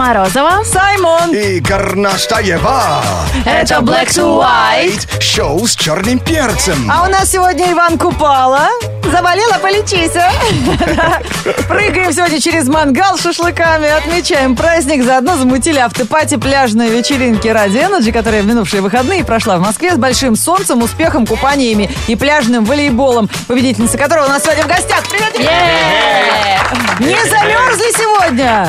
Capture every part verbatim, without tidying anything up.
Морозова, Саймон и Горнаштаева. Это Black to White. Шоу с черным перцем. А у нас сегодня Иван Купала. Заболела, полечись, а? Прыгаем сегодня через мангал с шашлыками. Отмечаем праздник. Заодно замутили автопати пляжной вечеринки ради Energy, которая в минувшие выходные прошла в Москве с большим солнцем, успехом, купаниями и пляжным волейболом. Победительница которого у нас сегодня в гостях. Привет! Не замерзли сегодня?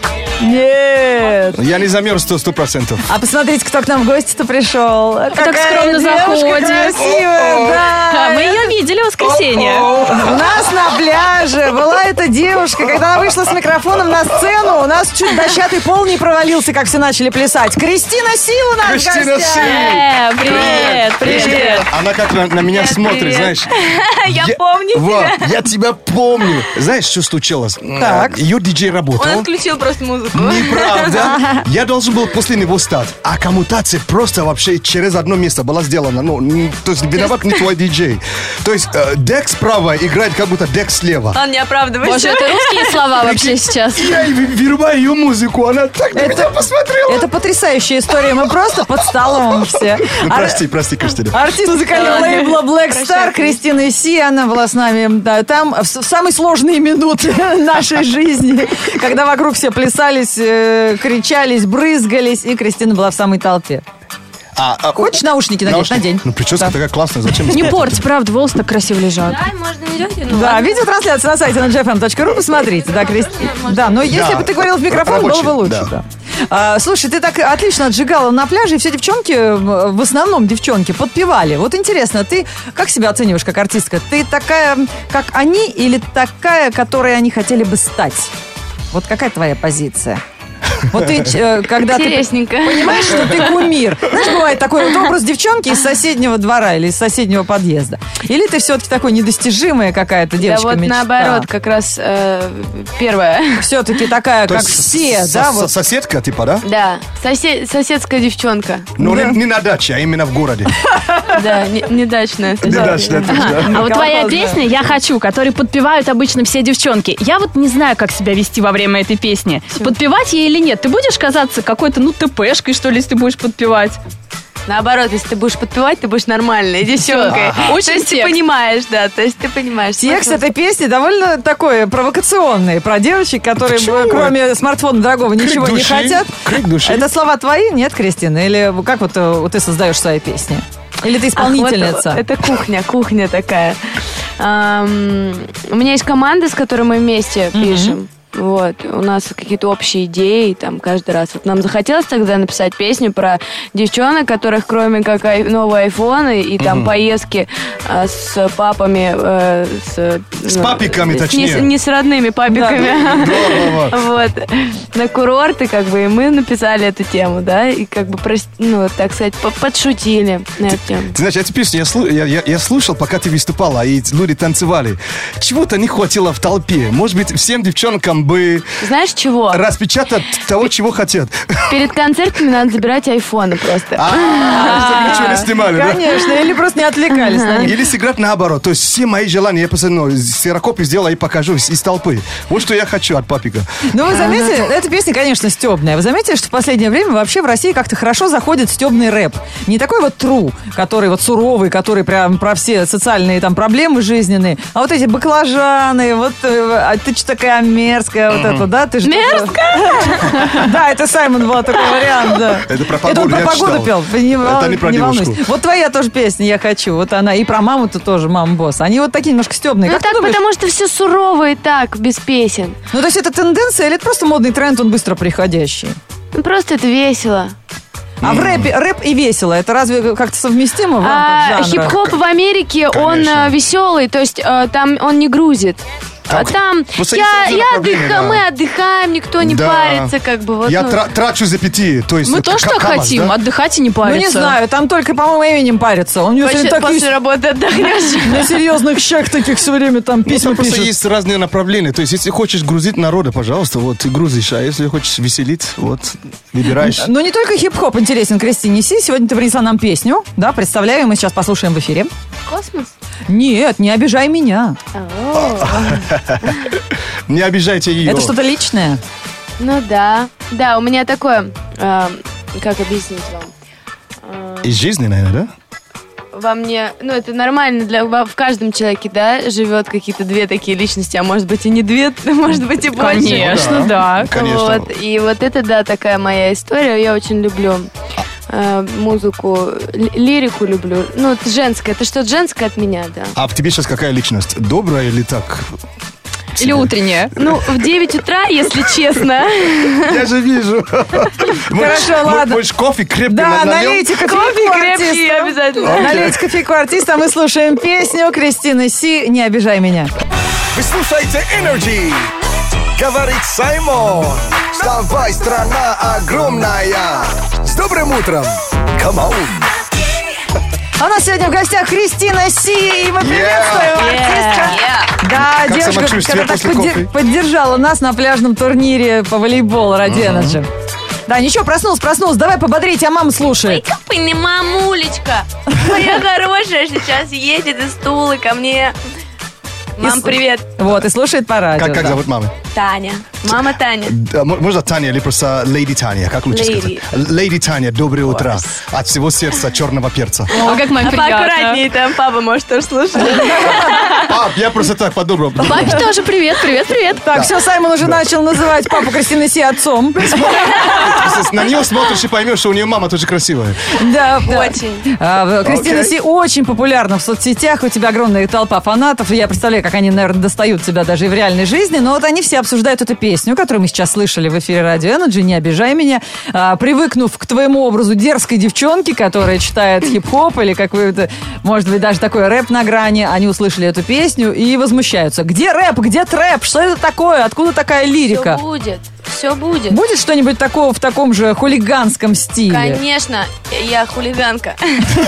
Нет. Я не замерз сто процентов. А посмотрите, кто к нам в гости-то пришел. Так Какая скромно девушка заходит. красивая, да. Мы ее видели в воскресенье. У нас на пляже была эта девушка. Когда она вышла с микрофоном на сцену, у нас чуть дощатый пол не провалился, как все начали плясать. Кристина Си у нас Кристина в гостях. Си. Э, привет, привет. Она как на, на меня смотрит, привет. знаешь. Я помню Во, тебя. я тебя помню. Знаешь, что случилось? Так. Ее диджей работал. Он отключил просто музыку. Неправда. Я должен был после него стать. А коммутация просто вообще через одно место была сделана. Ну, н- то есть виноват не твой диджей. То есть э, дек справа играет как будто дек слева. Он не оправдывается. Боже, это русские слова вообще сейчас. Я и вы- вырубаю ее музыку, она так на меня посмотрела. Это потрясающая история. Мы просто под столом все. Ну, Ар- прости, прости, Кристина. Артист музыкального лейбла Black Star Кристина Си, она была с нами да, там в, с- в самые сложные минуты нашей жизни, когда вокруг все плясались, э, кричались, брызгались, и Кристина была в самой толпе. А, а, Хочешь наушники надеть? наушники? Надень. Ну, прическа Да. такая классная, зачем? Не порть, правда, волосы так красиво лежат. Да, можно не делать, ну Да, ладно. видеотрансляция на сайте на джи эф эм точка ру, посмотрите. Да, Кристи... да, но если Да, бы ты говорил в микрофон, было бы рабочий, лучше. да. Да. А, слушай, ты так отлично отжигала на пляже, и все девчонки, в основном девчонки, подпевали. Вот интересно, ты как себя оцениваешь как артистка? Ты такая, как они, или такая, которой они хотели бы стать? Вот какая твоя позиция? Вот ты, э, когда ты Интересненько. понимаешь, что ты кумир. Знаешь, бывает такой вот образ девчонки из соседнего двора или из соседнего подъезда. Или ты все-таки такой недостижимая какая-то Да девочка вот мечта? наоборот, как раз э, первое. Все-таки такая, То как есть все, с- да? с- Вот. Соседка, типа, да? Да, сосед, соседская девчонка. Но не, не на даче, а именно в городе. Да, не- недачная Не соседка. дачная, точно. А вот твоя Колхозная. песня «Я хочу», которую подпевают обычно все девчонки. Я вот не знаю, как себя вести во время этой песни. Подпевать ей или нет? Ты будешь казаться какой-то, ну, ТПшкой, что ли, если ты будешь подпевать? Наоборот, если ты будешь подпевать, ты будешь нормальной девчонкой. Очень То есть ты текст. понимаешь, да, то есть ты понимаешь. Текст смысл. этой песни довольно такой провокационный. Про девочек, которые, Почему? кроме смартфона дорогого, Крик ничего не души. хотят. Крик души. Это слова твои? Нет, Кристина? Или как вот, э, вот ты создаешь свои песни? Или ты Ах, вот исполнительница? это кухня, кухня такая. Ам, у меня есть команда, с которой мы вместе пишем. Вот, у нас какие-то общие идеи, там, каждый раз. Вот нам захотелось тогда написать песню про девчонок, которых, кроме как ай- новые айфоны и там поездки а, с папами, э, с, С ну, папиками, с- точнее. Не, с- не с родными папиками. Да-да-да. Вот, на курорты, как бы, и мы написали эту тему, да, и как бы, прос- ну, так сказать, по- подшутили на эту тему. Ты знаешь, эту песню я, слу- я, я- я слушал, пока ты выступала, и люди танцевали. Чего-то не хватило в толпе. Может быть, всем девчонкам бы Знаешь чего? распечатать того, чего хотят. Перед концертами надо забирать айфоны просто. А, чтобы ничего не снимали, да? Конечно, или просто не отвлекались на них. Или сыграть наоборот. То есть все мои желания я просто ну, ксерокопию сделаю и покажу из из толпы. Вот что я хочу от папика. Ну, вы заметили, эта песня, конечно, стебная. Вы заметили, что в последнее время вообще в России как-то хорошо заходит стебный рэп. Не такой вот true, который вот суровый, который прям про все социальные там проблемы жизненные, а вот эти баклажаны, вот э, а ты что такая мерзкая, вот это, да? Ты же Мерзкая? Да, это Саймон был такой вариант, да. Это про Это он погоду, про я погоду читал. пел. Вы не, вол- Это не про не девушку. волнуйся. Вот твоя тоже песня «Я хочу». Вот она. И про маму-то тоже, мама-босс. Они вот такие немножко стебные. Ну Как ты так, думаешь? потому что все сурово и так, без песен. Ну, то есть это тенденция или это просто модный тренд, он быстро приходящий? Ну просто это весело. А в рэпе, рэп и весело, это разве как-то совместимо в А, рамках жанра? хип-хоп в Америке, он Конечно. э, веселый, то есть э, там он не грузит. А Так, там просто я, есть разные я направления, отдыхаю, да. мы отдыхаем, никто не Да. парится, как бы вот. Я ну. тра- трачу за пяти. То есть, Мы вот тоже как так КамАЗ, хотим, да? отдыхать и не Ну, париться. не знаю, там только, по-моему, Эминем парится. Он у него После, сегодня после такие работы отдохнешь. на серьезных щах таких все время там Ну, письма там просто пишет. есть разные направления. То есть, если хочешь грузить народа, пожалуйста, вот ты грузишь. А если хочешь веселить, вот выбираешь. Но не только хип-хоп интересен Кристине Си. Сегодня ты принесла нам песню, да, представляю, мы сейчас послушаем в эфире. Космос? Нет, не обижай меня. Не обижайте ее. Это что-то личное? Ну да. Да, у меня такое, э, как объяснить вам? Э, Из жизни, наверное, да? во мне, ну это нормально, для, в каждом человеке, да, живет какие-то две такие личности, а может быть и не две, может быть и больше. Конечно, да. Конечно. Вот, и вот это, да, такая моя история, я очень люблю э, музыку, ли- лирику люблю, ну это женское, это что-то женское от меня, да. А в тебе сейчас какая личность? Добрая или так? Или утренняя. Ну, в девять утра, если честно. Я же вижу. Хорошо, ладно. Будешь кофе крепкий Да, налил? налейте кофейку Кофе крепкий артисту. обязательно. Налейте кофейку артиста, а мы слушаем песню Кристины Си «Не обижай меня». Вы слушаете Energy. Говорит Саймон. Вставай, страна огромная. С добрым утром. Come on. А у нас сегодня в гостях Кристина Си, и мы приветствуем артистка. Да, Как девушка, самочувствие которая так после подде- кофе? поддержала нас на пляжном турнире по волейболу ради Energy. Да, ничего, проснулась, проснулась. Давай пободрить, а мама слушает. Ой, мамулечка, моя хорошая сейчас едет из Тулы ко мне. Мам, И с- привет. Вот, и слушает по радио. Как, как да. зовут мамы? Таня. Мама Таня. Да, м- можно Таня или просто Леди Таня? Как лучше Lady. сказать? Леди Таня, доброе утро. От всего сердца черного перца. О, как маме А приятно. поаккуратнее, там папа может тоже слушать. Пап, я просто так по-доброму. Папе тоже привет, привет, привет. Так, все, Саймон уже начал называть папу Кристины Си отцом. На нее смотришь и поймешь, что у нее мама тоже красивая. Да, да. Очень. А, Кристина Окей. Си очень популярна в соцсетях, у тебя огромная толпа фанатов, и я представляю, как они, наверное, достают тебя даже и в реальной жизни, но вот они все обсуждают эту песню, которую мы сейчас слышали в эфире Радио Energy, «Не обижай меня», А, привыкнув к твоему образу дерзкой девчонки, которая читает хип-хоп или какой-то, может быть, даже такой рэп на грани, они услышали эту песню и возмущаются. Где рэп, где трэп, что это такое, откуда такая Все лирика? будет. Все будет. Будет что-нибудь такого в таком же хулиганском стиле? Конечно, я хулиганка.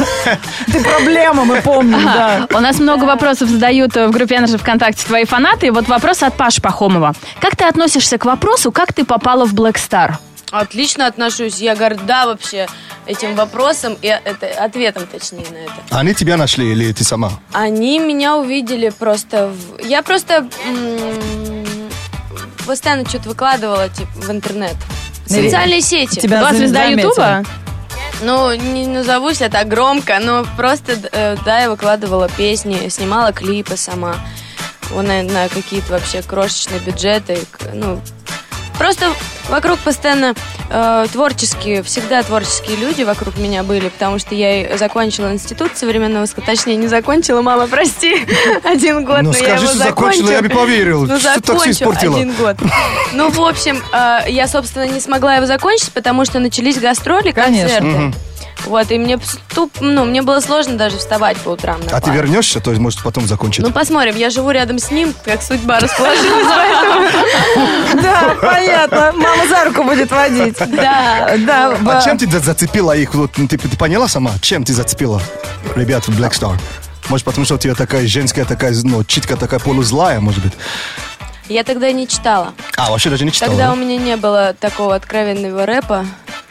Ты проблема, мы помним, да. У нас много вопросов задают в группе Energy ВКонтакте твои фанаты. И вот вопрос от Паши Пахомова. Как ты относишься к вопросу, как ты попала в Black Star? Отлично отношусь. Я горда вообще этим вопросом и это, ответом, точнее, на это. Они тебя нашли или ты сама? Они меня увидели просто... В... Я просто м- постоянно что-то выкладывала типа, в интернет. В Наверное. социальные сети. Тебя Была за- звезда заметили. Ютуба? Ну, не назовусь я так громко, но просто, э, да, я выкладывала песни, снимала клипы сама. Вот на, на какие-то вообще крошечные бюджеты. к- Ну, просто вокруг постоянно э, творческие, всегда творческие люди вокруг меня были, потому что я и закончила институт современного искусства. Точнее, не закончила, мама, прости, один год, Ну, но я скажи, его что закончила, я бы поверил. Ну, Что ты так все закончу испортила? один год. Ну, в общем, э, я, собственно, не смогла его закончить, потому что начались гастроли, Конечно. концерты. Вот, и мне туп, ну, мне было сложно даже вставать по утрам. на А ты пар. вернешься, то есть, может, потом закончить? Ну, посмотрим, я живу рядом с ним, как судьба расположилась, поэтому... Да, понятно. Мама за руку будет водить. Да. Да, А в- чем ты за- зацепила их? Вот, ну, ты, ты поняла сама? Чем ты зацепила ребят в Black Star? Может, потому что у тебя такая женская, такая, ну, читка такая полузлая, может быть? Я тогда не читала. А, вообще даже не читала, Тогда да? у меня не было такого откровенного рэпа.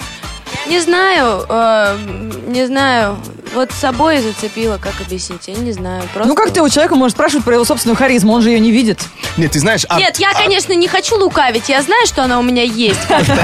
Не знаю, э, не знаю. Вот с собой зацепила, как объяснить, я не знаю. Просто... Ну как ты у человека можешь спрашивать про его собственную харизму, он же ее не видит. Нет, ты знаешь... ар- Нет, я, ар- конечно, не хочу лукавить, я знаю, что она у меня есть.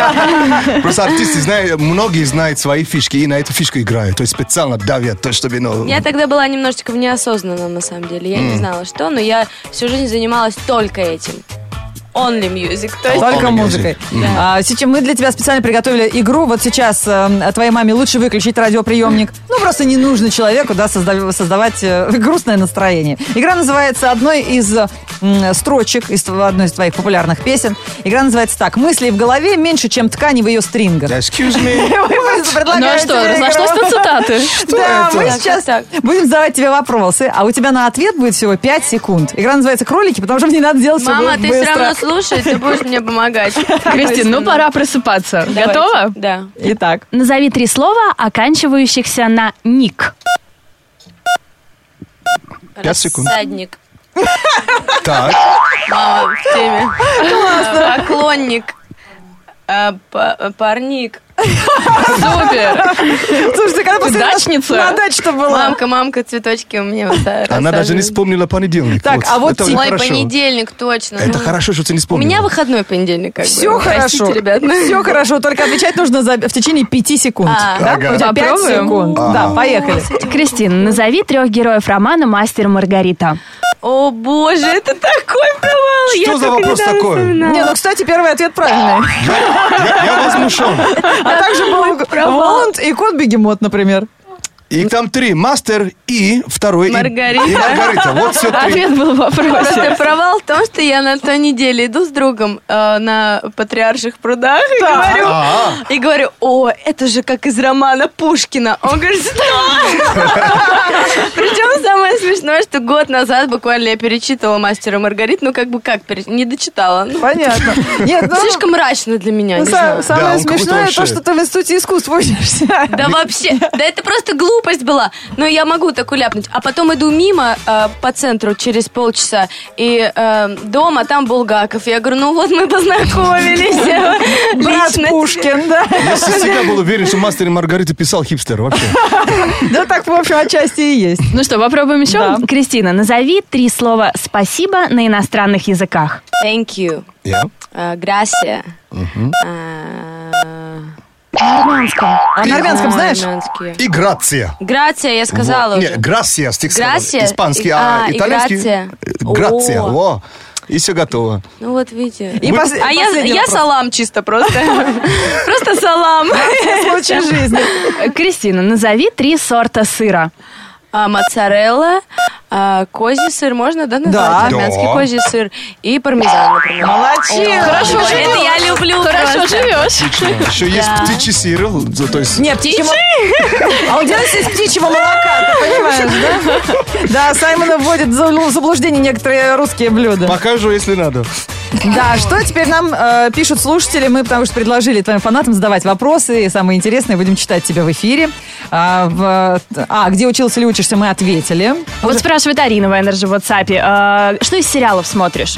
Просто артисты знают, многие знают свои фишки и на эту фишку играют. То есть специально давят, то, чтобы, ну... Я тогда была немножечко в неосознанном, на самом деле. Я не знала, что, но я всю жизнь занималась только этим. Only music. То есть Только Only музыкой. music. А, сейчас мы для тебя специально приготовили игру. Вот сейчас э, твоей маме лучше выключить радиоприемник. Ну, просто не нужно человеку, да, создав- создавать э, грустное настроение. Игра называется одной из э, м, строчек из тв- одной из твоих популярных песен. Игра называется так. Мыслей в голове меньше, чем ткани в ее стрингах. Excuse me. Ну а что, разошлось на цитаты? Да, это? мы Так, сейчас так, будем задавать тебе вопросы, а у тебя на ответ будет всего пять секунд. Игра называется «Кролики», потому что мне надо делать все мама, ты все быстро. равно слушай, ты будешь мне помогать. Кристин, ну пора просыпаться. Давайте. Готова? Да. Итак. Назови три слова, оканчивающихся на ник. Пять секунд. Рассадник. Так. Мама в теме. Поклонник. А, па- Парник. Супер. Слушайте, когда последний раз дачница? на даче-то была? Мамка, мамка, цветочки у меня вот так Она даже не рассаживает. вспомнила понедельник. Так, а вот это Ой, Ой, хорошо. понедельник, точно. Это Ну, хорошо, что ты не У вспомнила. меня выходной понедельник, как бы. Все Простите, хорошо. ребят. Все хорошо, только отвечать нужно за, в течение пяти секунд. А. Да? Ага. У тебя пять Попробуем? секунд. Да, поехали. Кристина, назови трех героев романа «Мастер и Маргарита». О, боже, это такой провал. Что Я за только вопрос недавно такой? вспоминала. Не, ну, кстати, первый ответ правильный. Я, я возмущен. А также был Воланд и кот-бегемот, например. И там три. Мастер и второй. и- Маргарита. И Маргарита. Вот все три. Ответ был в вопросе. Просто провал в том, что я на той неделе иду с другом э, на Патриарших прудах и говорю, А. и говорю, о, это же как из романа Пушкина. Он говорит, что? Причем самое смешное, что год назад буквально я перечитывала «Мастера и Маргариту», ну как бы как, пере- не дочитала. Ну, Понятно. Нет, ну, слишком мрачно для меня, ну, не са- знаю. Да, самое он какой-то смешное вообще- то, что ты в институте искусств учишься. Да вообще, да это просто глупость была. Но я могу такую ляпнуть. А потом иду мимо э, по центру через полчаса, и э, дома там Булгаков. Я говорю, ну вот мы познакомились. Брат Лично. Пушкин, да? Я всегда был уверен, что Мастер и Маргарита писал хипстер вообще. Да так, в общем, отчасти и есть. Ну что, попробуем еще? Да. Кристина, назови три слова «спасибо» на иностранных языках. Thank you. Я? Э, Gracias. На армянском. А на армянском знаешь? И грация. Грация, я сказала Вот. уже. Нет, грасиас, ты сказала. Грасия? Испанский, И- а, а, и итальянский? грация. Грация, О. во. И все готово. Ну вот видите. И пос- А я, последний я вопрос. салам чисто просто. Просто салам. Случай жизни. Э, Кристина, назови три сорта сыра. А, моцарелла, а, козий сыр, можно, да, назвать? Да. Армянский Да. козий сыр и пармезан, например. Молодчина. Хорошо Ой, живешь. это я люблю Хорошо просто. живешь. Еще есть птичий сыр, то есть... Нет, птичьего... А он делается из птичьего молока, ты понимаешь, да? Да, Саймона вводит в забл- заблуждение некоторые русские блюда. Покажу, если надо. Да, что теперь нам э, пишут слушатели? Мы, потому что предложили твоим фанатам задавать вопросы, и самые интересные будем читать тебя в эфире. А, в, а где учился или учишься, мы ответили. Вот спрашивает Арина в Energy в WhatsApp. э, Что из сериалов смотришь?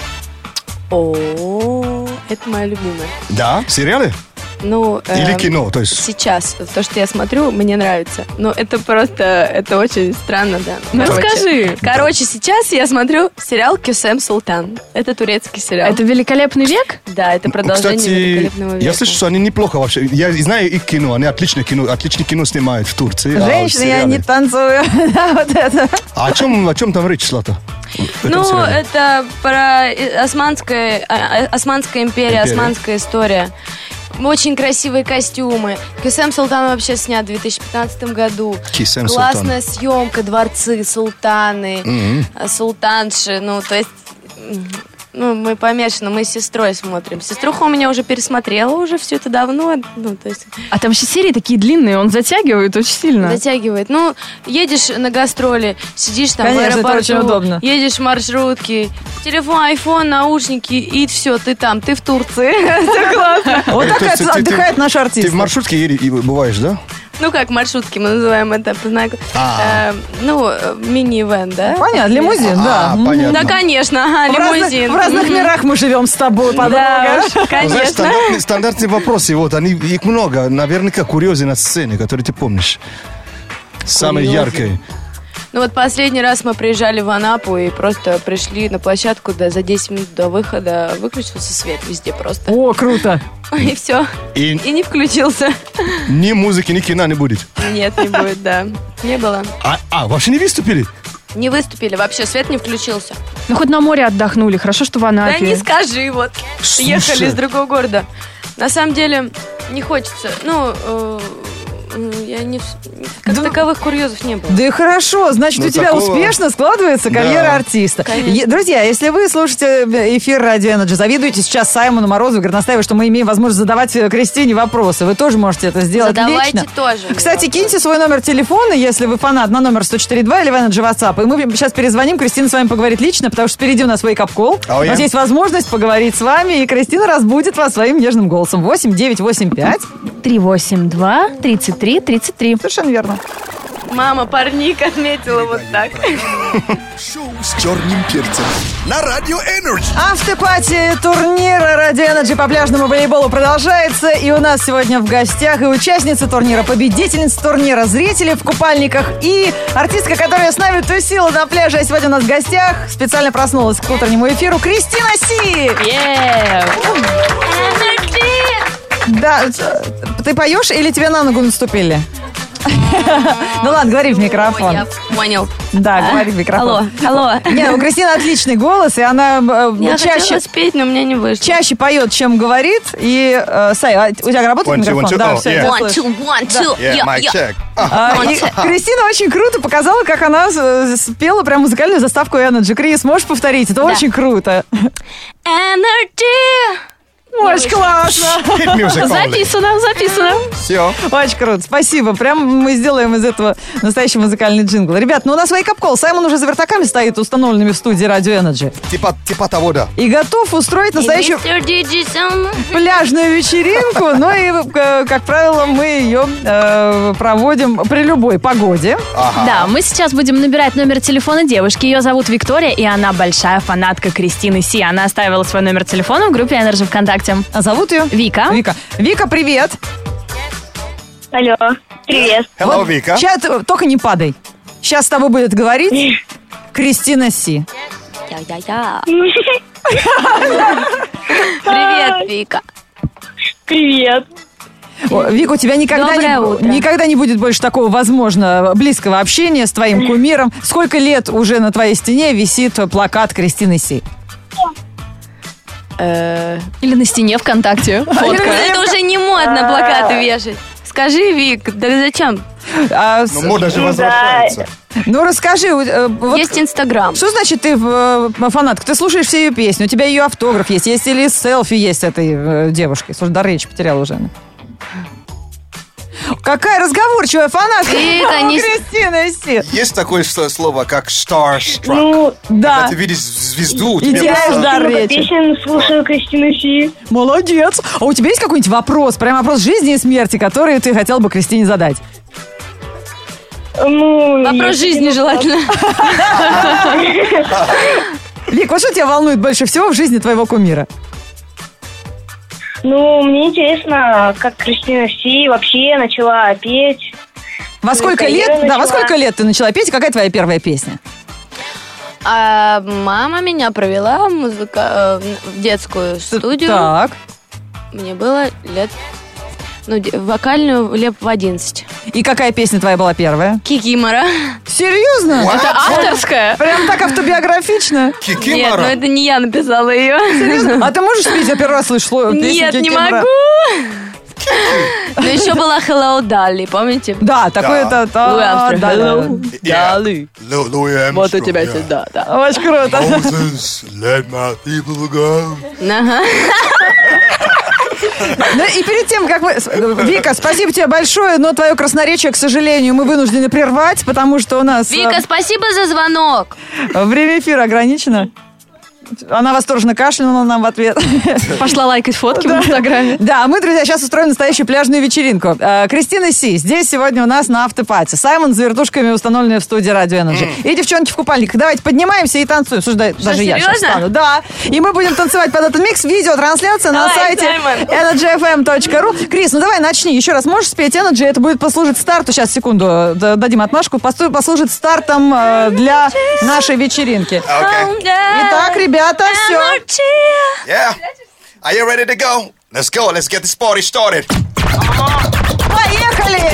О, это моя любимая. Да, сериалы? Ну, Или эм, кино, то есть... Сейчас, то, что я смотрю, мне нравится. Но это просто, это очень странно, да. Ну, Короче. расскажи. Короче, сейчас я смотрю сериал «Кесем Султан». Это турецкий сериал. Это «Великолепный век»? Да, это продолжение Кстати, «Великолепного века». я слышу, что они неплохо вообще. Я знаю их кино, они отличное кино, отличное кино снимают в Турции. а Женщины, я сериалы- не танцую. Да, вот это. А о чем, о чем там речь шла-то? в этом Ну, сериале? это про э, османская, а, а, османская империя, Империя. османская история. Очень красивые костюмы. Кесем Султан вообще снят в две тысячи пятнадцатом году. Кесем Классная съемка, дворцы, султаны, Мгм. э, султанши. Ну, то есть... м, Ну, мы помешаны, мы с сестрой смотрим. Сеструха у меня уже пересмотрела уже все это давно. Ну, то есть А там вообще серии такие длинные, он затягивает очень сильно. затягивает. Ну, едешь на гастроли, сидишь там Конечно, в это аэропорту, очень удобно. едешь в маршрутке, телефон, айфон, наушники, и все, ты там, ты в Турции. Все классно. Вот Э, так то есть ты- ты- отдыхает наш Ты артист. в маршрутке едешь и бываешь, да? Ну, как маршрутки, мы называем это, познак- А. э, ну, э, мини-вен, да? Понятно, лимузин, да. А, Мгм. понятно. Да, конечно, ага, В разных, лимузин. в разных Мгм. мирах мы живем с тобой, Да, подруга. уж, Ну, знаешь, конечно. стандартные, стандартные вопросы, вот, они, их много. Наверняка курьезы на сцене, которые ты помнишь. Самые Курьезы. яркие. Ну вот последний раз мы приезжали в Анапу и просто пришли на площадку, да, за десять минут до выхода выключился свет везде просто. О, круто. И все. И И не включился. ни музыки, ни кино не будет. Нет, не будет, да. Не было. А, а вообще не выступили? Не выступили, вообще свет не включился. Ну, хоть на море отдохнули, хорошо, что в Да Анапе. не скажи, вот. Слушай. Ехали из другого города. На самом деле, не хочется. Ну, э, я не... Как Да- таковых курьезов не было. Да и хорошо, значит, Ну, у тебя такого- успешно складывается карьера Да. артиста. Конечно. Е- Друзья, если вы слушаете эфир Радио Energy, завидуете сейчас Саймону Морозову, настаиваю, что мы имеем возможность задавать э, Кристине вопросы. Вы тоже можете это сделать Задавайте лично. тоже. Кстати, киньте свой номер телефона, если вы фанат, на номер сто четыре два или в Energy WhatsApp. И мы сейчас перезвоним, Кристина с вами поговорит лично, потому что впереди у нас Wake Up Call. Oh, У нас yeah. есть возможность поговорить с вами, и Кристина разбудит вас своим нежным голосом. восемь девятьсот восемьдесят пять. три восемь два тридцать три тридцать три. Совершенно верно. Мама парник отметила вот так. Шоу с черным перцем на Радио Энерджи. Автопати турнира Радио Energy по пляжному волейболу продолжается. И у нас сегодня в гостях и участница турнира, победительница турнира, зрители в купальниках и артистка, которая с нами тусила на пляже. А сегодня у нас в гостях специально проснулась к утреннему эфиру Кристина Си. Yeah. Да, ты поешь или тебе на ногу наступили? Ну ладно, говори в микрофон. Я понял. Да, говори в микрофон. Алло, алло. Не, у Кристины отличный голос, и она э, Я чаще, хотела спеть, но у меня не вышло. чаще поет, чем говорит. И, э, Сай, а у тебя работает One, two, микрофон? one, two. Да, Oh, все, yeah. я One, слышу. two, one, two. Yeah, Yo, mic yo. check. А, и Кристина очень круто показала, как она э, спела прям музыкальную заставку Energy. Крис, можешь повторить? Это Да. очень круто. Energy. Очень классно. Hit music only. Записано, записано. Все. Очень круто. Спасибо. Прям мы сделаем из этого настоящий музыкальный джингл. Ребят, ну у нас wake-up call. Саймон уже за вертаками стоит, установленными в студии Радио Energy. Типа, типа того, да. И готов устроить настоящую мистер Диджей Сон. пляжную вечеринку. Ну и, э, как правило, мы ее э, проводим при любой погоде. Да, мы сейчас будем набирать номер телефона девушки. Ее зовут Виктория, и она большая фанатка Кристины Си. Она оставила свой номер телефона в группе Energy ВКонтакте. А зовут ее? Вика. Вика. Вика, привет. Алло, привет. Hello, Вот Вика. Сейчас ты- только не падай. Сейчас с тобой будет говорить Кристина Си. Я-я-я. Привет, Вика. Привет. О, Вика, у тебя никогда Доброе не, утро. никогда не будет больше такого, возможно, близкого общения с твоим кумиром. Сколько лет уже на твоей стене висит плакат Кристины Си? Э, Или на стене ВКонтакте. Фотка. Это уже не модно плакаты вешать. Скажи, Вик, да зачем? А, с- Ну, мода же Да. возвращается. ну, расскажи, э, вот Есть Инстаграм. что значит ты э, фанатка? Ты слушаешь все ее песни, у тебя ее автограф есть, есть или селфи есть с этой э, девушкой? Слушай, дар речи потеряла уже. Какая разговорчивая фанатка Вика, не- Кристина Си. Есть такое что- слово, как starstruck. Ну, Да, Когда ты видишь звезду, И тебе теряешь просто- дар много речи. песен слушаю Кристину Си. Молодец. А у тебя есть какой-нибудь вопрос, прям вопрос жизни и смерти, который ты хотел бы Кристине задать? Ну, Вопрос есть жизни один желательно. Вик, вот что тебя волнует больше всего в жизни твоего кумира? Ну, мне интересно, как Кристина Си вообще начала петь. Во сколько карьеру лет? Да, во начала. сколько лет ты начала петь? И какая твоя первая песня? А мама меня провела в, музыка... э, в детскую студию. Так. Мне было лет... Ну, де- вокальную лет в одиннадцать. И какая песня твоя была первая? Кикимора. Серьезно? What? Это авторская. Прям так автобиографично? Нет, ну Кикимора. это не я написала ее. А ты можешь спеть? Я первый раз слышу слово- песню Нет, не Кикимора. могу. Но еще была Hello Dolly, помните? Да, такое Да. это... Луи Армстронг. да, да. Hello Yeah. Dolly. Лу- Луи Вот у Армстронг, тебя yeah. сюда, да. Очень круто. Moses, let my people go. Ага. Ну и перед тем, как мы... Вика, спасибо тебе большое, но твое красноречие, к сожалению, мы вынуждены прервать, потому что у нас э, Вика, спасибо за звонок. время эфира ограничено. Она восторженно кашлянула нам в ответ. Пошла лайкать фотки в Инстаграме. Да, а мы, друзья, сейчас устроим настоящую пляжную вечеринку. Э, Кристина Си здесь сегодня у нас на автопати. Саймон с вертушками, установленные в студии Радио Energy. И девчонки в купальниках. Давайте поднимаемся и танцуем. Слушай, да- даже я сейчас серьезно? встану. Да. И мы будем танцевать под этот микс. Видеотрансляция на Давай, сайте Саймон. energy f m точка р у. Крис, ну давай начни. Еще раз можешь спеть Energy? Это будет послужить старту. Сейчас, секунду, д- дадим отмашку. Посту- Послужит стартом э, для нашей вечеринки. Okay. Итак, ребята, все. Yeah. Are you ready to go? Let's go. Let's get this party started. Поехали!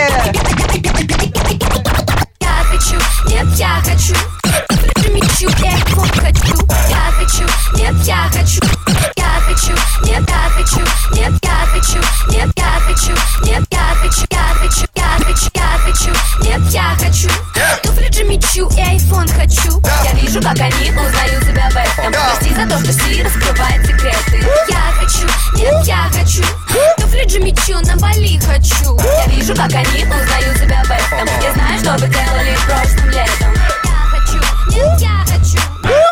Я хочу, нет, я хочу. Примечу, эко хочу. Я хочу, нет, я хочу. Я хочу, нет, я хочу. Нет, я хочу, нет, я хочу. Нет, я хочу, я хочу, я хочу, я хочу. Нет, я хочу. Туфли Джимми Чу и айфон хочу. Я вижу, как они узнают себя в этом. Прости за то, что Си раскрывает секреты. Я хочу, нет, я хочу. Туфли Джимми Чу на Бали хочу. Я вижу, как они узнают себя в этом. Я знаю, что вы делали прошлым летом. Я хочу, нет, я хочу.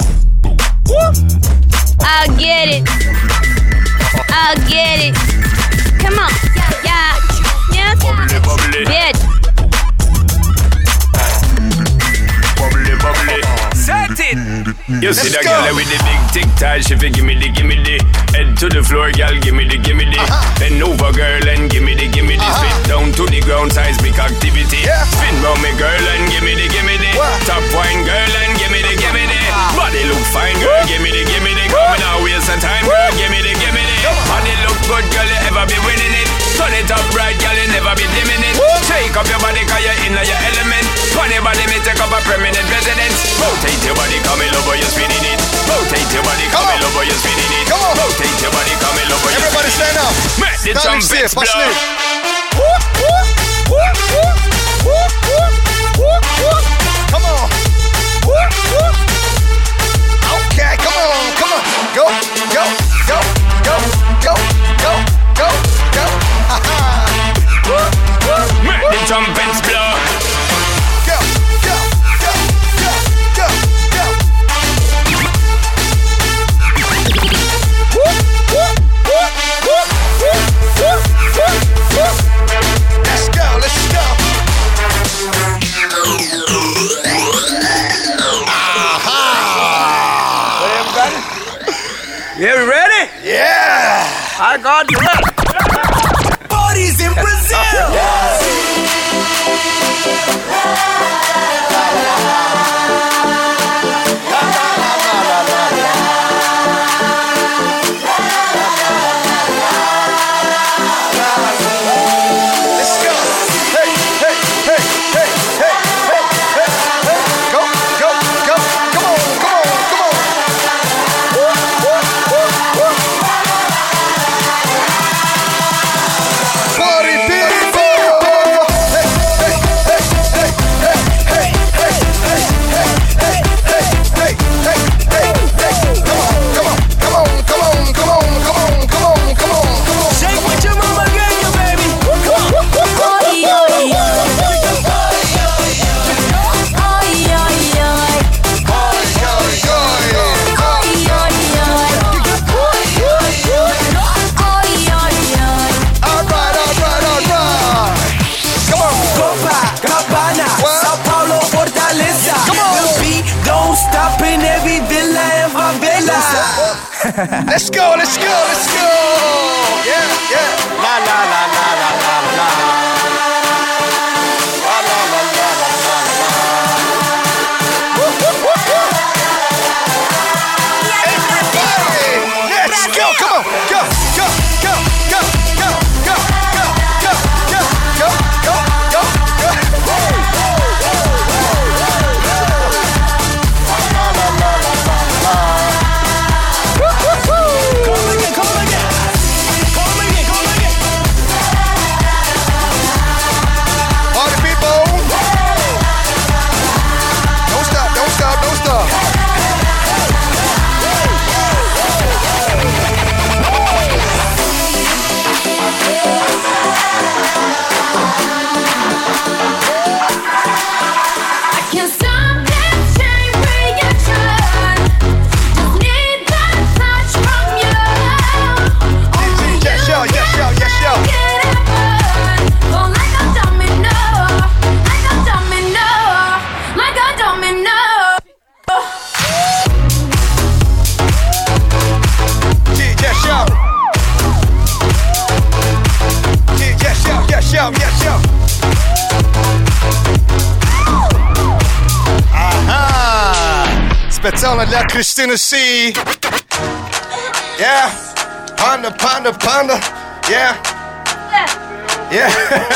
I'll get it. I'll get it. Come on. Я. Нет. Ведь. Set it. You see Let's that go. girl with the big tic tac, she fi gimme the gimme the. Head to the floor, girl, gimme the gimme the. Bend over, girl, and gimme the gimme the. Spit down to the ground, seismic activity. Yeah. Spin round me, girl, and gimme the gimme the. What? Top wine, girl, and gimme the gimme the. Body look fine, girl, gimme the gimme the. Coming out, waste some time, girl, gimme the gimme the. Body look good, girl, you ever be winning it. Turn it up right, girl, you never be dimming it. Shake up your body, cause you're in your element. Funny body, me take up a permanent residence. Rotate your body, come in over, you're spinning it. Rotate your body, come in over, you're spinning it. Come on. Rotate your body, come in over, you're Everybody spinning stand up. it. Make the Stand trumpets up, blow. Come on. Okay, come on, come on. Go, go, go, go, go, go, go, go. Make the trumpets blow. Go, go, go, go, go, go. Let's go, let's go. Yeah, we ready? Yeah. I got you ready. Parties in Brazil. Let's go. Hey, hey, hey, hey, hey, hey, hey, hey. Go, go, go. Come on, come on, come on. Woo, woo, woo, woo. Party people. Hey, hey, hey, hey, hey, hey, hey, hey, hey, hey, hey, hey, hey, hey. Come on, come on, come on, come on, come on, come on, come on, come on. Shake what your mama gave you, baby. Copacabana, Sao Paulo, Fortaleza. The beat don't stop in every villa and favela. Let's go, let's go, let's go. Yeah, yeah. La la la la la la la. La la la la la la la. Woo, woo, woo, woo. Everybody, let's go. Come on, go, go, go, go, go, go, go, go, go, go, go, go, go. La la la la la la. Woo, woo, woo. Come again, come again. Come again, come again. Party people. Don't stop, don't stop, don't stop. I can't stop this chain reaction. Just need that touch from you. Only Yes, yo, you yes, yo, yes, yo. can get it burn. Oh, like a domino, like a domino, like a domino. Yes, yo. Yes, yo, yes, yo, yes, yo. Ага. Специально для Кристины Си. Yeah. Panda, panda, panda. Yeah. Yeah.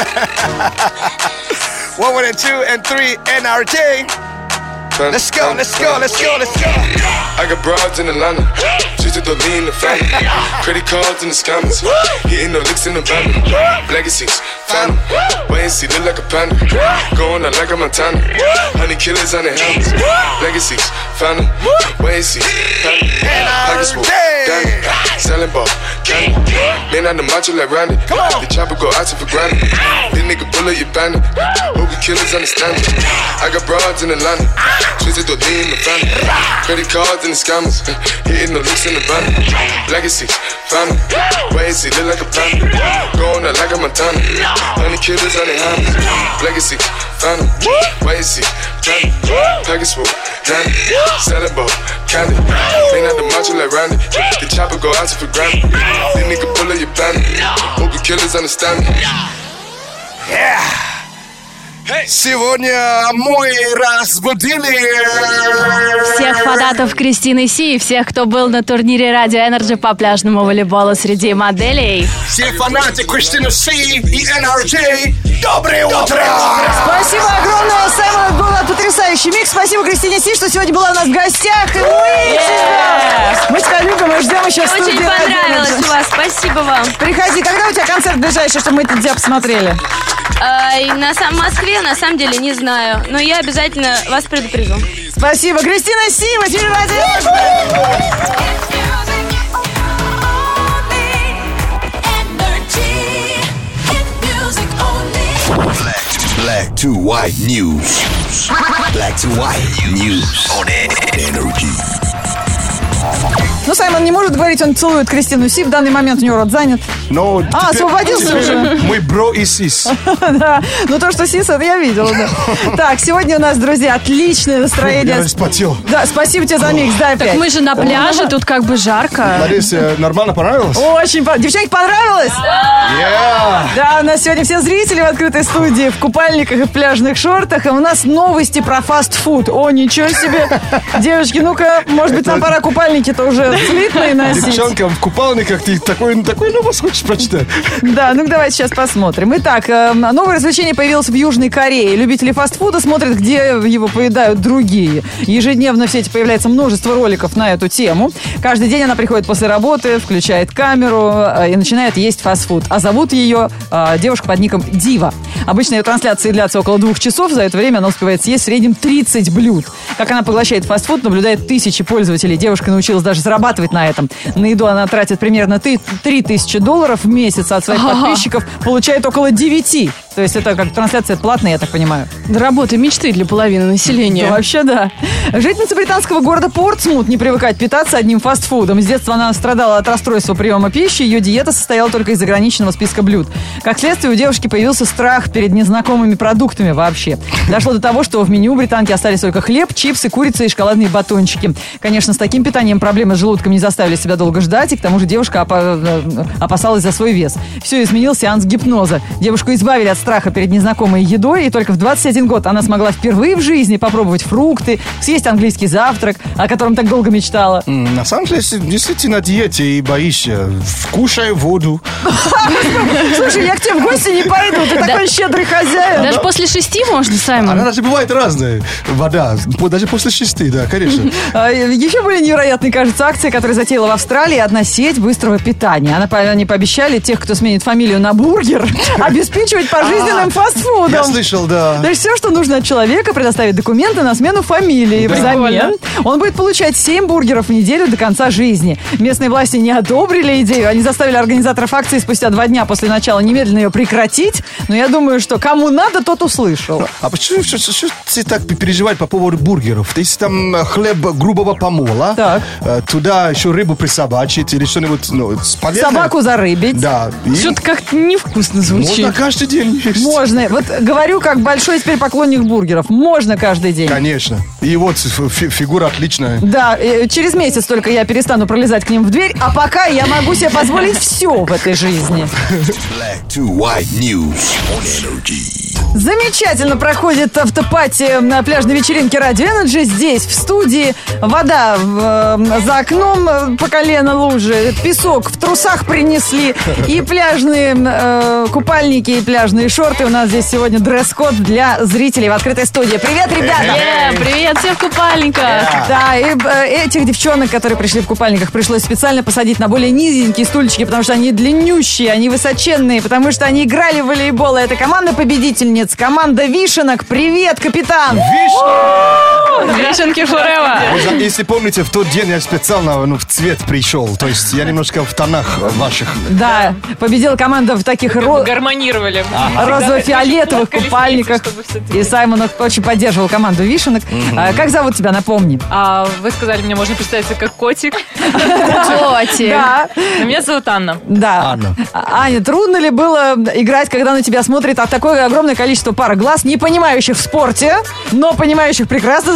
One, one, and two, and three, N R J. Let's go, let's go, let's go, let's go. I got broads in Atlanta, just to the lean the family. Credit cards in the scammers, hitting the licks in the van. Legacies, phantom, wait and see, look like a panda. Going out like a Montana, honey killers on the helmets. Legacies, phantom, wait and see, phantom. Pockets full, Danny, selling ball, candy. Man on the macho like Randy, the chopper go out to for granted. This nigga bullet, you bandit. Hope you killers understand it. I got broads in Atlanta, just to the lean the family. Credit cards and the scammers, hitting the licks in the van. Legacy, family, wait and see, look like a panda. Going out like a Montana, honey killers on the helmets. Legacy, family, wait and see, family. Package full, Danny, selling boat, candy. Clean out the macho like Randy. The chopper go out for granted. This nigga pull up your bandit. Hope the killers understand me. Yeah. Сегодня мой разбудили. Всех фанатов Кристины Си, всех, кто был на турнире Радио Энерджи по пляжному волейболу среди моделей. Все фанаты Кристины Си и Энерджи, доброе утро! Спасибо огромное, Саймон, был потрясающий микс. Спасибо Кристине Си, что сегодня была у нас в гостях. И мы тебя, мы тебя любим и ждем еще в студии. Очень понравилось у вас, спасибо вам. Приходи, когда у тебя концерт ближайший, чтобы мы тебя посмотрели? А, на самом Москве, на самом деле, не знаю. Но я обязательно вас предупрежу. Спасибо. Кристина Си, в эфире Радио. Black to white news. Black to white news on Energy. Ну, Саймон не может говорить, он целует Кристину Си. В данный момент у него рот занят. Но а, освободился уже. Мой бро и сис. Да, ну то, что сис, это я видела. Так, сегодня у нас, друзья, отличное настроение. Я вспотел. Да, спасибо тебе за микс, дай пять. Так мы же на пляже, тут как бы жарко. Лариса, нормально понравилось? Очень понравилось. Девчонки, понравилось? Yeah. Да, у нас сегодня все зрители в открытой студии в купальниках и в пляжных шортах. И у нас новости про фастфуд. О, ничего себе. Девочки, ну-ка, может быть, нам пора купальники-то уже слитные носить. Девчонкам в купальниках ты такой, такой новость хочешь прочитать? Да, ну давайте сейчас посмотрим. Итак, новое развлечение появилось в Южной Корее. Любители фастфуда смотрят, где его поедают другие. Ежедневно в сети появляется множество роликов на эту тему. Каждый день она приходит после работы, включает камеру и начинает есть фастфуд. А зовут ее девушка под ником Дива. Обычно ее трансляции длятся около двух часов. За это время она успевает съесть в среднем тридцать блюд. Как она поглощает фастфуд, наблюдает тысячи пользователей. Девушка научилась даже зарабатывать на этом. На еду она тратит примерно три тысячи долларов в месяц от своих Ага. подписчиков, получает около девяти. То есть это как трансляция платная, я так понимаю. Работа мечты для половины населения. Да, вообще да. Жительница британского города Портсмут не привыкает питаться одним фастфудом. С детства она страдала от расстройства приема пищи. Ее диета состояла только из ограниченного списка блюд. Как следствие, у девушки появился страх перед незнакомыми продуктами вообще. Дошло до того, что в меню британки остались только хлеб, чипсы, курица и шоколадные батончики. Конечно, с таким питанием проблемы с желудком не заставили себя долго ждать. И к тому же девушка опа- опасалась за свой вес. Все изменил сеанс гипноза. Девушку избавили от страха перед незнакомой едой, и только в двадцать один год она смогла впервые в жизни попробовать фрукты, съесть английский завтрак, о котором так долго мечтала. М, На самом деле, если, если ты на диете и боишься, кушай воду. Слушай, я к тебе в гости не пойду, ты такой щедрый хозяин. Даже после шести можно, Саймон? Она даже бывает разная. Вода, по- даже после шести, да, конечно. А, Еще были невероятные, кажется, акции, которые затеяла в Австралии одна сеть быстрого питания. Она, по- они пообещали тех, кто сменит фамилию на бургер, обеспечивать пожизненным фастфудом. Я слышал, да. То есть все, что нужно от человека, предоставить документы на смену фамилии. Взамен он будет получать семь бургеров в неделю до конца жизни. Местные власти не одобрили идею. Они заставили организаторов акции спустя два дня после начала немедленно ее прекратить. Но я думаю, что кому надо, тот услышал. А почему что, что, что ты так переживаешь по поводу бургеров? Если там э, хлеб грубого помола, Так. э, туда еще рыбу присобачить или что-нибудь ну, с полезным? Собаку зарыбить. Да. И Что-то как-то невкусно звучит. можно каждый день есть. Можно. Вот говорю, как большой теперь поклонник бургеров. Можно каждый день. Конечно. И вот фи- фигура отличная. Да, э, через месяц только я перестану пролезать к ним в дверь, а пока я могу себе позволить все в этой жизни. Black to white news on Energy. Замечательно проходит автопати на пляжной вечеринке Радио Энерджи. Здесь, в студии, вода в, э, за окном э, по колено лужи, песок в трусах принесли, и пляжные э, купальники, и пляжные шорты. У нас здесь сегодня дресс-код для зрителей в открытой студии. Привет, ребята! Э, привет, все в купальниках. Да, и э, этих девчонок, которые пришли в купальниках, пришлось специально посадить на более низенькие стульчики, потому что они длиннющие, они высоченные, потому что они играли в волейбол. И это команда-победительниц, команда Вишенок. Привет, капитан! Вишенки forever. Если помните, в тот день я специально ну, в цвет пришел. То есть я немножко в тонах ваших. Да, победила команда в таких ро- Гармонировали. розово-фиолетовых купальниках. И Саймон очень поддерживал команду Вишенок. А, как зовут тебя, напомни? А вы сказали, мне можно представиться как котик. Котик. Да, Но меня зовут Анна. да. Анна. А- Аня, трудно ли было играть, когда на тебя смотрит а такое огромное количество пар глаз, не понимающих в спорте, но понимающих прекрасно,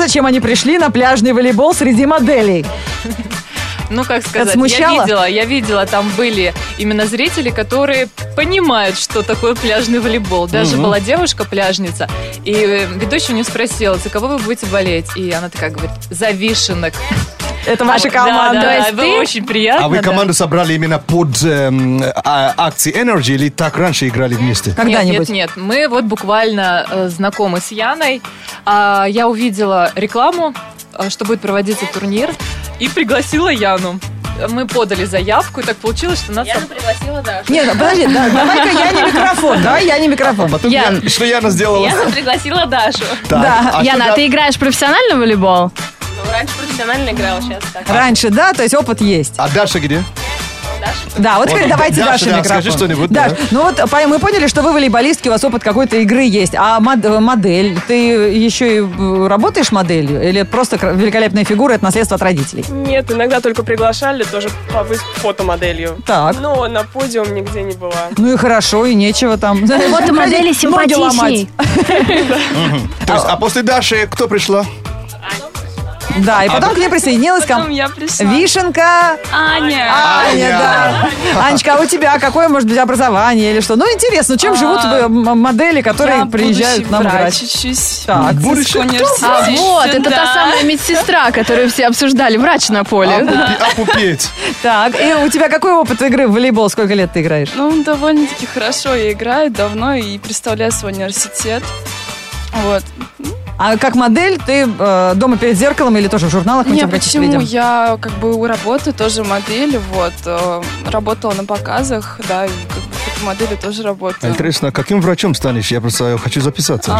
зачем они пришли на пляжный волейбол среди моделей? Ну, как сказать, смущало? я видела, я видела, там были именно зрители, которые понимают, что такое пляжный волейбол. Даже Мгм. была девушка-пляжница, и э, ведущий у нее спросила, за кого вы будете болеть? И она такая говорит, за вишенок. Это ваша Да, команда. да, То да, есть было ты- очень приятно. А вы да. команду собрали именно под эм, а- акции Energy или так раньше играли вместе? Когда-нибудь? Нет, нет, нет. Мы вот буквально э, знакомы с Яной. А, я увидела рекламу, э, что будет проводиться турнир, и пригласила Яну. Мы подали заявку, и так получилось, что нас... Яна пригласила Дашу. Нет, подожди, да, давай-ка я не микрофон, давай я не микрофон. Потом Ян. я- что Яна сделала? Яна пригласила Дашу. Так, Да. а Яна, что а ты играешь профессионально в волейбол? Ну, раньше профессионально играла, сейчас так. Раньше, да, то есть опыт есть. А Даша где? Да, вот Вот, скажи, давайте Даша, Даше да, микрофон. скажи что-нибудь, Даш, да. ну вот по- мы поняли, что вы волейболистки, у вас опыт какой-то игры есть. А мод- модель, ты еще и э, работаешь моделью? Или просто кра- великолепная фигура, это наследство от родителей? Нет, иногда только приглашали, тоже побыть фотомоделью. Так. Но на подиум нигде не была. Ну и хорошо, и нечего там. Фотомодели Ноги симпатичней. ломать. То есть, а после Даши кто пришла? Да, и потом к ней присоединилась Потом ком- я пришла. Вишенка. Аня. Аня, да. Анечка, а у тебя какое, может быть, образование или что? Ну, интересно, чем живут э, м- модели, которые Я приезжают будущий нам врач, играть? учусь. Так. Будущий? А вот, это та самая медсестра, которую все обсуждали, врач на поле. А пупеть. Так, и у тебя какой опыт игры в волейбол? Сколько лет ты играешь? Ну, довольно-таки хорошо я играю давно и представляю свой университет. Вот. А как модель ты э, дома перед зеркалом или тоже в журналах? Мы Не, тебя в качестве почему? видим? Я как бы работаю тоже моделью, вот. э, Работала на показах, да, и как бы фотомоделью тоже работаю. Интересно, каким врачом станешь? Я просто хочу записаться.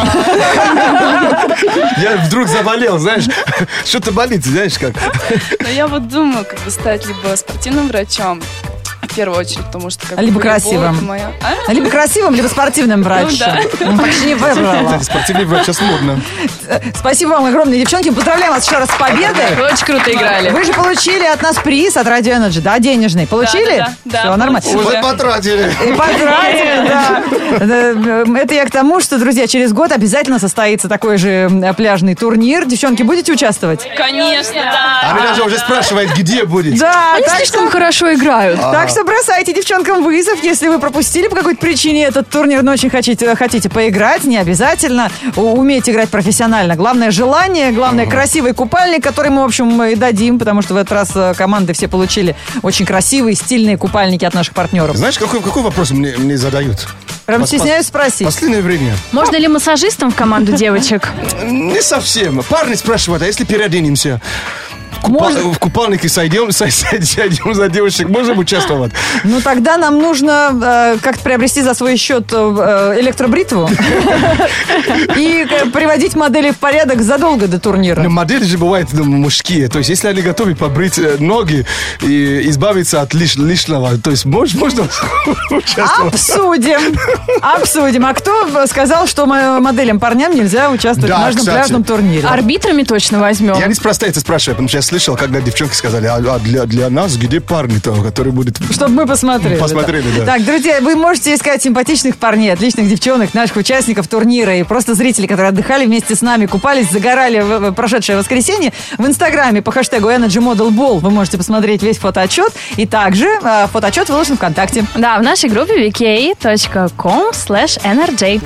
Я вдруг заболел, знаешь, что-то болит, знаешь как. Но я вот думаю, как бы стать либо спортивным врачом, в первую очередь, потому что как Либо бы волейбол красивым. это моя- А? Либо красивым, либо спортивным врачом. да. Ну, почти не выбрала. Кстати, спортивный врач сейчас модно. Спасибо вам огромное, девчонки. Поздравляем вас еще раз с победой. Вы очень круто играли. Вы же получили от нас приз от Radio Energy, да, денежный. Получили? Да, да, да, Все, нормально. получили. Вот потратили. И потратили, да. Это я к тому, что, друзья, через год обязательно состоится такой же м, пляжный турнир. Девчонки, будете участвовать? Конечно, да. Она даже уже спрашивает, где будет. Да, Они так слишком что, хорошо играют. так что бросайте девчонкам вызов, если вы пропустили по какой-то причине этот турнир, но очень хотите, хотите поиграть, не обязательно. У- Умейте играть профессионально. Главное желание, главное красивый купальник, который мы, в общем, и дадим, потому что в этот раз э, команды все получили очень красивые, стильные купальники от наших партнеров. Знаешь, какой, какой вопрос мне, мне задают? Прям Пос- стесняюсь спросить. Последнее время. Можно ли массажистом в команду девочек? Не совсем. Парни спрашивают, а если переоденемся? В, купа- Может- в купальнике сойдем, сой- сой- сойдем за девушек, можем участвовать? Ну, тогда нам нужно э, как-то приобрести за свой счет э, электробритву и э, приводить модели в порядок задолго до турнира. Но модели же бывают ну, мужские, то есть если они готовы побрить э, ноги и избавиться от лиш- лишнего, то есть мож- можно участвовать. Обсудим. Обсудим. А кто сказал, что мо- моделям парням нельзя участвовать Да, в нашем кстати. пляжном турнире? Арбитрами точно возьмем. Я неспроста это спрашиваю, потому что я слышал, когда девчонки сказали, а, а для, для нас где парни-то, которые будут... Чтобы мы посмотрели. Посмотрели, да. Так, друзья, вы можете искать симпатичных парней, отличных девчонок, наших участников турнира и просто зрителей, которые отдыхали вместе с нами, купались, загорали в в прошедшее воскресенье. В Инстаграме по хэштегу Energy Model Ball вы можете посмотреть весь фотоотчет. И также э, фотоотчет выложен ВКонтакте. Да, в нашей группе ви кей точка ком слэш эн ар джей.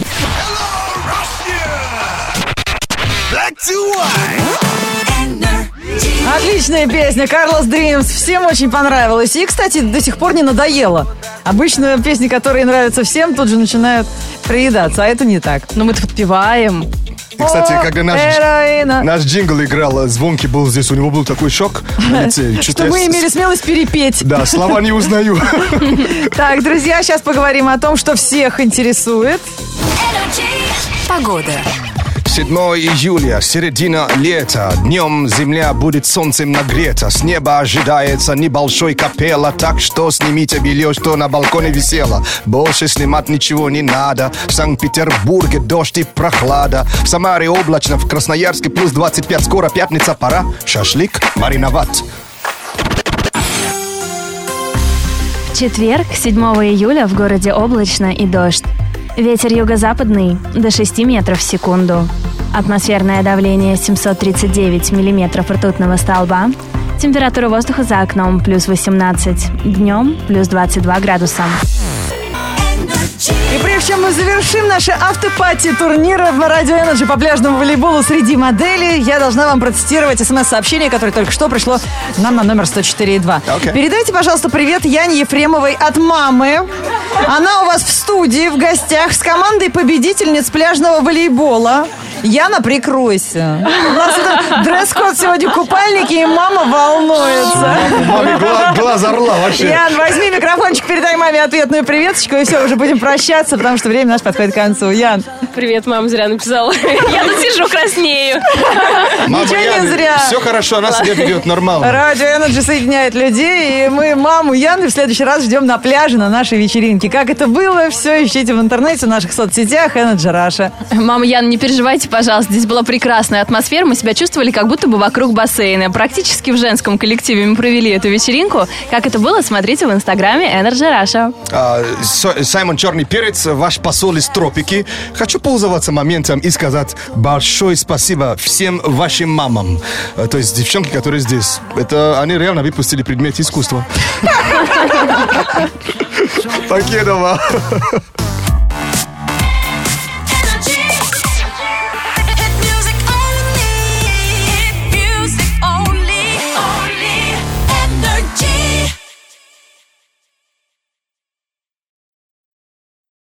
Black to white. Отличная песня, Carlos Dreams. Всем очень понравилась. И, кстати, до сих пор не надоело. Обычно песни, которые нравятся всем, тут же начинают приедаться, а это не так. Но мы-то подпеваем. И, кстати, когда наш, Эроина. наш джингл играл, звонкий был здесь, у него был такой шок на лице. Что-то Что я мы с- имели смелость перепеть. Да, слова не узнаю. Так, друзья, сейчас поговорим о том, что всех интересует. Погода. седьмого июля, середина лета. Днем земля будет солнцем нагрета. С неба ожидается небольшой капелла. Так что снимите белье, что на балконе висело. Больше снимать ничего не надо. В Санкт-Петербурге дождь и прохлада. В Самаре облачно, в Красноярске плюс двадцать пять. Скоро пятница, пора шашлык мариновать. В четверг, седьмого июля, в городе облачно и дождь. Ветер юго-западный до шести метров в секунду. Атмосферное давление семьсот тридцать девять миллиметров ртутного столба. Температура воздуха за окном плюс восемнадцать. Днем плюс двадцать два градуса. И прежде чем мы завершим наши автопати турнира в Радио Energy по пляжному волейболу среди моделей, я должна вам процитировать смс-сообщение, которое только что пришло нам на номер сто четыре и два. Okay. Передайте, пожалуйста, привет Яне Ефремовой от мамы. Она у вас в студии, в гостях, с командой победительниц пляжного волейбола. Яна, прикройся. У нас это дресс-код сегодня купальники, и мама волнуется. Маме глаз, глаз орла вообще. Ян, возьми микрофончик, передай маме ответную приветочку, и все, уже будем прощаться, потому что время наше подходит к концу. Ян. Привет, мама зря написала. Я тут сижу, краснею. Мама, Ничего Яны, не зря. Все хорошо, она себя ведет нормально. Радио Energy соединяет людей, и мы маму Яны в следующий раз ждем на пляже на нашей вечеринке. Как это было, все ищите в интернете, в наших соцсетях Energy Russia. Мама Яна, не переживайте, пожалуйста, здесь была прекрасная атмосфера, мы себя чувствовали как будто бы вокруг бассейна. Практически в женском коллективе мы провели эту вечеринку. Как это было, смотрите в инстаграме Energy Russia. А, Саймон Черный Перец, ваш посол из тропики. Хочу пользоваться моментом и сказать большое спасибо всем вашим мамам. А, то есть девчонки, которые здесь. Это они реально выпустили предмет искусства. Покедова.